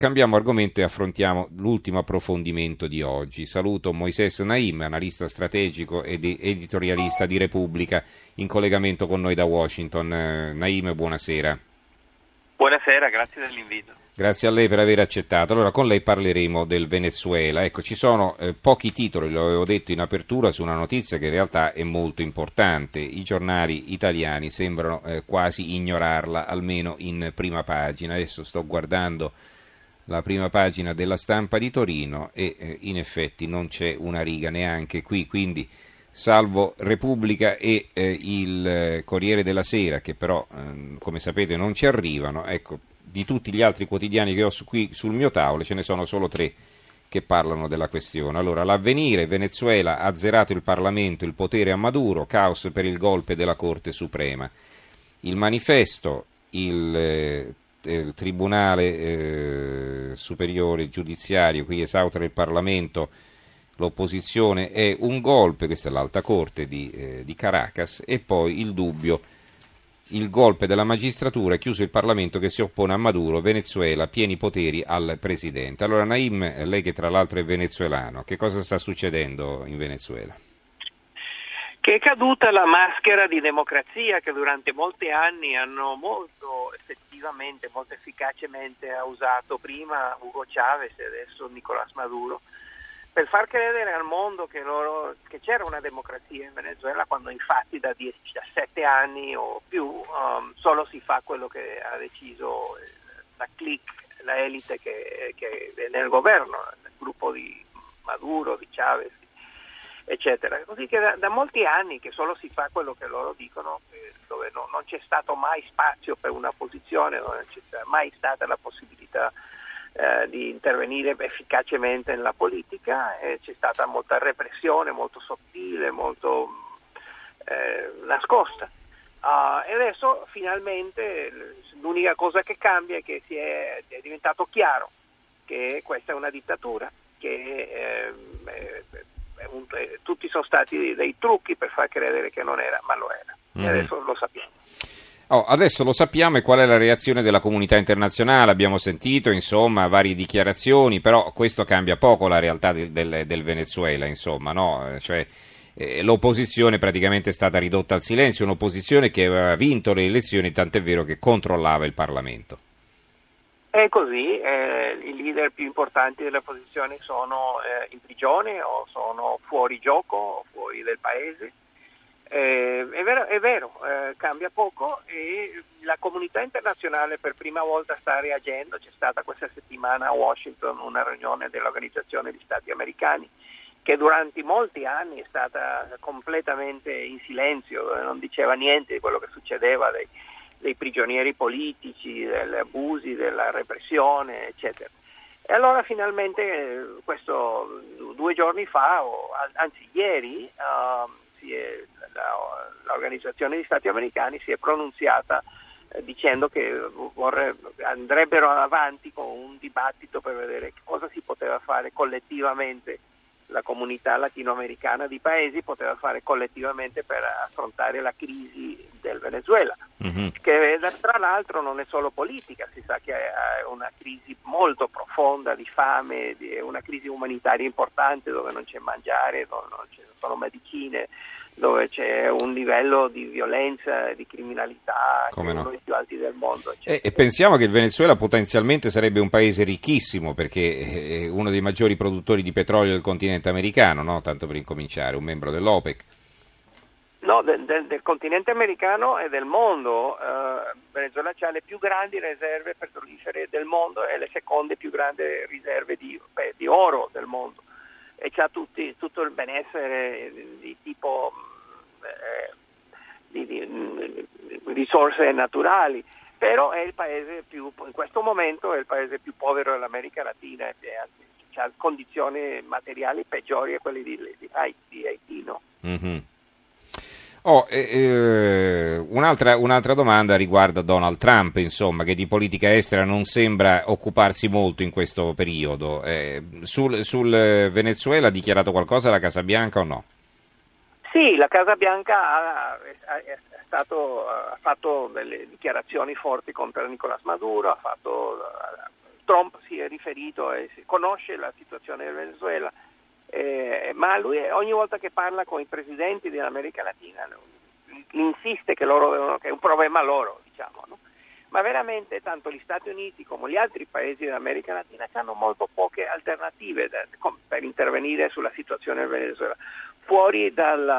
Cambiamo argomento e affrontiamo l'ultimo approfondimento di oggi. Saluto Moisés Naim, analista strategico ed editorialista di Repubblica, in collegamento con noi da Washington. Naim, buonasera. Buonasera, grazie dell'invito. Grazie a lei per aver accettato. Allora, con lei parleremo del Venezuela. Ecco, ci sono pochi titoli, lo avevo detto in apertura, su una notizia che in realtà è molto importante. I giornali italiani sembrano quasi ignorarla, almeno in prima pagina. Adesso sto guardando la prima pagina della Stampa di Torino e in effetti non c'è una riga neanche qui, quindi salvo Repubblica e il Corriere della Sera, che però come sapete non ci arrivano, ecco, di tutti gli altri quotidiani che ho qui sul mio tavolo ce ne sono solo 3 che parlano della questione. Allora, l'Avvenire: Venezuela ha azzerato il Parlamento, il potere a Maduro, caos per il golpe della Corte Suprema. Il Manifesto: il Tribunale Superiore Giudiziario qui esautora il Parlamento, l'opposizione è un golpe, questa è l'Alta Corte di Caracas. E poi Il Dubbio: il golpe della magistratura, chiuso il Parlamento che si oppone a Maduro, Venezuela, pieni poteri al presidente. Allora, Naim, lei che tra l'altro è venezuelano, che cosa sta succedendo in Venezuela? Che è caduta la maschera di democrazia che durante molti anni hanno molto effettivamente, molto efficacemente usato prima Hugo Chavez e adesso Nicolás Maduro, per far credere al mondo che c'era una democrazia in Venezuela, quando infatti da 17 anni o più solo si fa quello che ha deciso la clique, la elite che è nel governo, il gruppo di Maduro, di Chavez, eccetera. Così che da molti anni che solo si fa quello che loro dicono, dove non c'è stato mai spazio per una posizione, non c'è mai stata la possibilità di intervenire efficacemente nella politica, c'è stata molta repressione, molto sottile, molto nascosta. E adesso finalmente l'unica cosa che cambia è che è diventato chiaro che questa è una dittatura, che tutti sono stati dei trucchi per far credere che non era, ma lo era. E adesso lo sappiamo. Adesso lo sappiamo. E qual è la reazione della comunità internazionale? Abbiamo sentito, insomma, varie dichiarazioni, però questo cambia poco la realtà del Venezuela, insomma, no? Cioè, l'opposizione praticamente è stata ridotta al silenzio, un'opposizione che aveva vinto le elezioni, tant'è vero che controllava il Parlamento. È così, i leader più importanti dell'opposizione sono in prigione o sono fuori gioco o fuori del paese. È vero, cambia poco e la comunità internazionale per prima volta sta reagendo. C'è stata questa settimana a Washington una riunione dell'Organizzazione degli Stati Americani che durante molti anni è stata completamente in silenzio, dove non diceva niente di quello che succedeva, dei prigionieri politici, degli abusi, della repressione, eccetera. E allora finalmente questo 2 giorni fa, anzi ieri, l'Organizzazione degli Stati Americani si è pronunziata dicendo che andrebbero avanti con un dibattito per vedere cosa si poteva fare collettivamente. La comunità latinoamericana di paesi poteva fare collettivamente per affrontare la crisi del Venezuela, che tra l'altro non è solo politica, si sa che è una crisi molto profonda di fame, una crisi umanitaria importante dove non c'è mangiare, dove non ci sono medicine, dove c'è un livello di violenza, di criminalità che è uno dei più alti del mondo. E pensiamo che il Venezuela potenzialmente sarebbe un paese ricchissimo, perché è uno dei maggiori produttori di petrolio del continente americano, no? Tanto per incominciare, un membro dell'OPEC. No, del continente americano e del mondo. Venezuela ha le più grandi riserve petrolifere del mondo e le seconde più grandi riserve di oro del mondo. E c'ha tutto il benessere di tipo di risorse naturali, però è il paese in questo momento è il paese più povero dell'America Latina e ha condizioni materiali peggiori a quelle di Haiti, no? Mm-hmm. Un'altra domanda riguarda Donald Trump, insomma, che di politica estera non sembra occuparsi molto in questo periodo. Sul Venezuela ha dichiarato qualcosa la Casa Bianca o no? Sì, la Casa Bianca ha fatto delle dichiarazioni forti contro Nicolás Maduro, ha Trump si è riferito e conosce la situazione del Venezuela, ma lui ogni volta che parla con i presidenti dell'America Latina insiste che che è un problema loro, diciamo, no? Ma veramente tanto gli Stati Uniti come gli altri paesi dell'America Latina hanno molto poche alternative per intervenire sulla situazione del Venezuela, fuori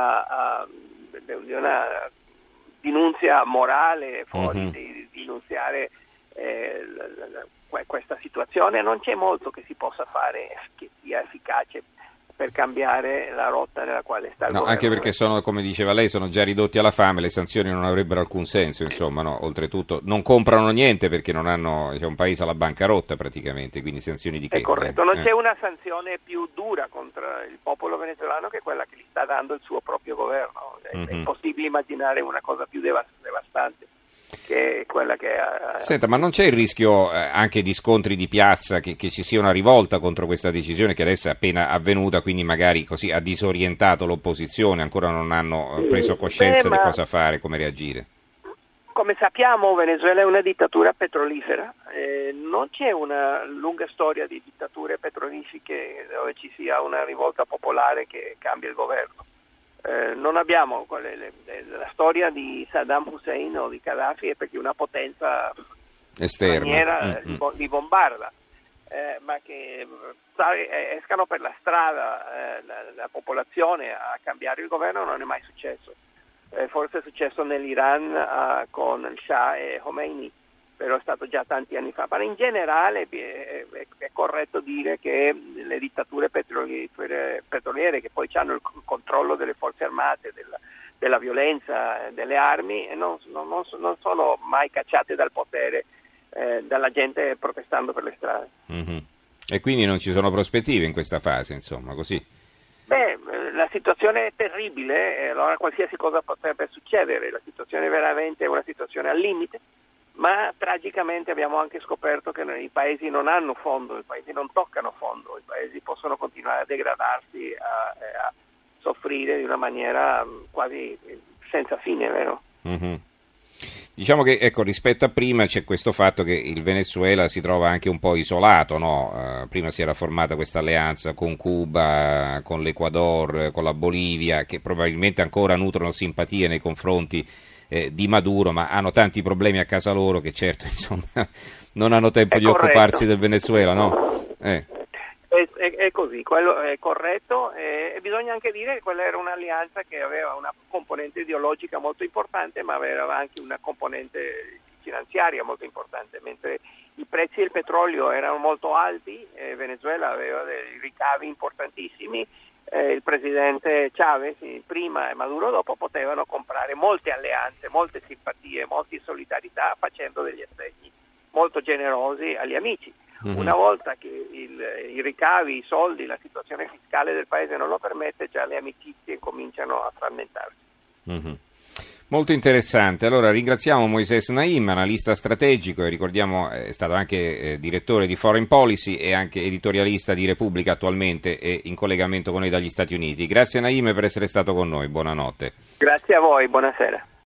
di una denunzia morale, fuori di denunziare questa situazione. Non c'è molto che si possa fare che sia efficace per cambiare la rotta nella quale sta il governo. Anche perché come diceva lei, sono già ridotti alla fame, le sanzioni non avrebbero alcun senso, insomma, no? Oltretutto non comprano niente perché non hanno, c'è un paese alla bancarotta praticamente, quindi sanzioni di che? È corretto, non c'è una sanzione più dura contro il popolo venezuelano che quella che gli sta dando il suo proprio governo. È impossibile immaginare una cosa più devastante che quella che ha. Senta, ma non c'è il rischio anche di scontri di piazza, che ci sia una rivolta contro questa decisione che adesso è appena avvenuta, quindi magari così ha disorientato l'opposizione, ancora non hanno preso coscienza di cosa fare, come reagire? Come sappiamo, Venezuela è una dittatura petrolifera, non c'è una lunga storia di dittature petrolifere dove ci sia una rivolta popolare che cambia il governo. Non abbiamo la storia di Saddam Hussein o di Gheddafi, è perché una potenza esterna li bombarda, ma che escano per la strada la popolazione a cambiare il governo non è mai successo. Forse è successo nell'Iran con il Shah e Khomeini, però è stato già tanti anni fa. Ma in generale è corretto dire che le dittature petroliere che poi hanno il controllo delle forze armate, della violenza, delle armi, non sono mai cacciate dal potere dalla gente protestando per le strade. E quindi non ci sono prospettive in questa fase, insomma, così? La situazione è terribile, allora qualsiasi cosa potrebbe succedere, la situazione veramente è una situazione al limite, ma tragicamente abbiamo anche scoperto che i paesi non hanno fondo, i paesi non toccano fondo, i paesi possono continuare a degradarsi, a soffrire di una maniera quasi senza fine, vero? Diciamo che rispetto a prima c'è questo fatto che il Venezuela si trova anche un po' isolato, no? Prima si era formata questa alleanza con Cuba, con l'Ecuador, con la Bolivia, che probabilmente ancora nutrono simpatie nei confronti di Maduro, ma hanno tanti problemi a casa loro che certo, insomma, non hanno tempo di occuparsi del Venezuela, no? È così, quello è corretto, e bisogna anche dire che quella era un'alleanza che aveva una componente ideologica molto importante, ma aveva anche una componente finanziaria molto importante. Mentre i prezzi del petrolio erano molto alti, Venezuela aveva dei ricavi importantissimi, il presidente Chavez prima e Maduro dopo potevano comprare molte alleanze, molte simpatie, molte solidarietà, facendo degli assegni molto generosi agli amici. Una volta che i ricavi, i soldi, la situazione fiscale del paese non lo permette, già le amicizie cominciano a frammentarsi. Molto interessante. Allora ringraziamo Moisés Naim, analista strategico, e ricordiamo è stato anche direttore di Foreign Policy e anche editorialista di Repubblica attualmente, e in collegamento con noi dagli Stati Uniti. Grazie Naim per essere stato con noi, buonanotte. Grazie a voi, buonasera.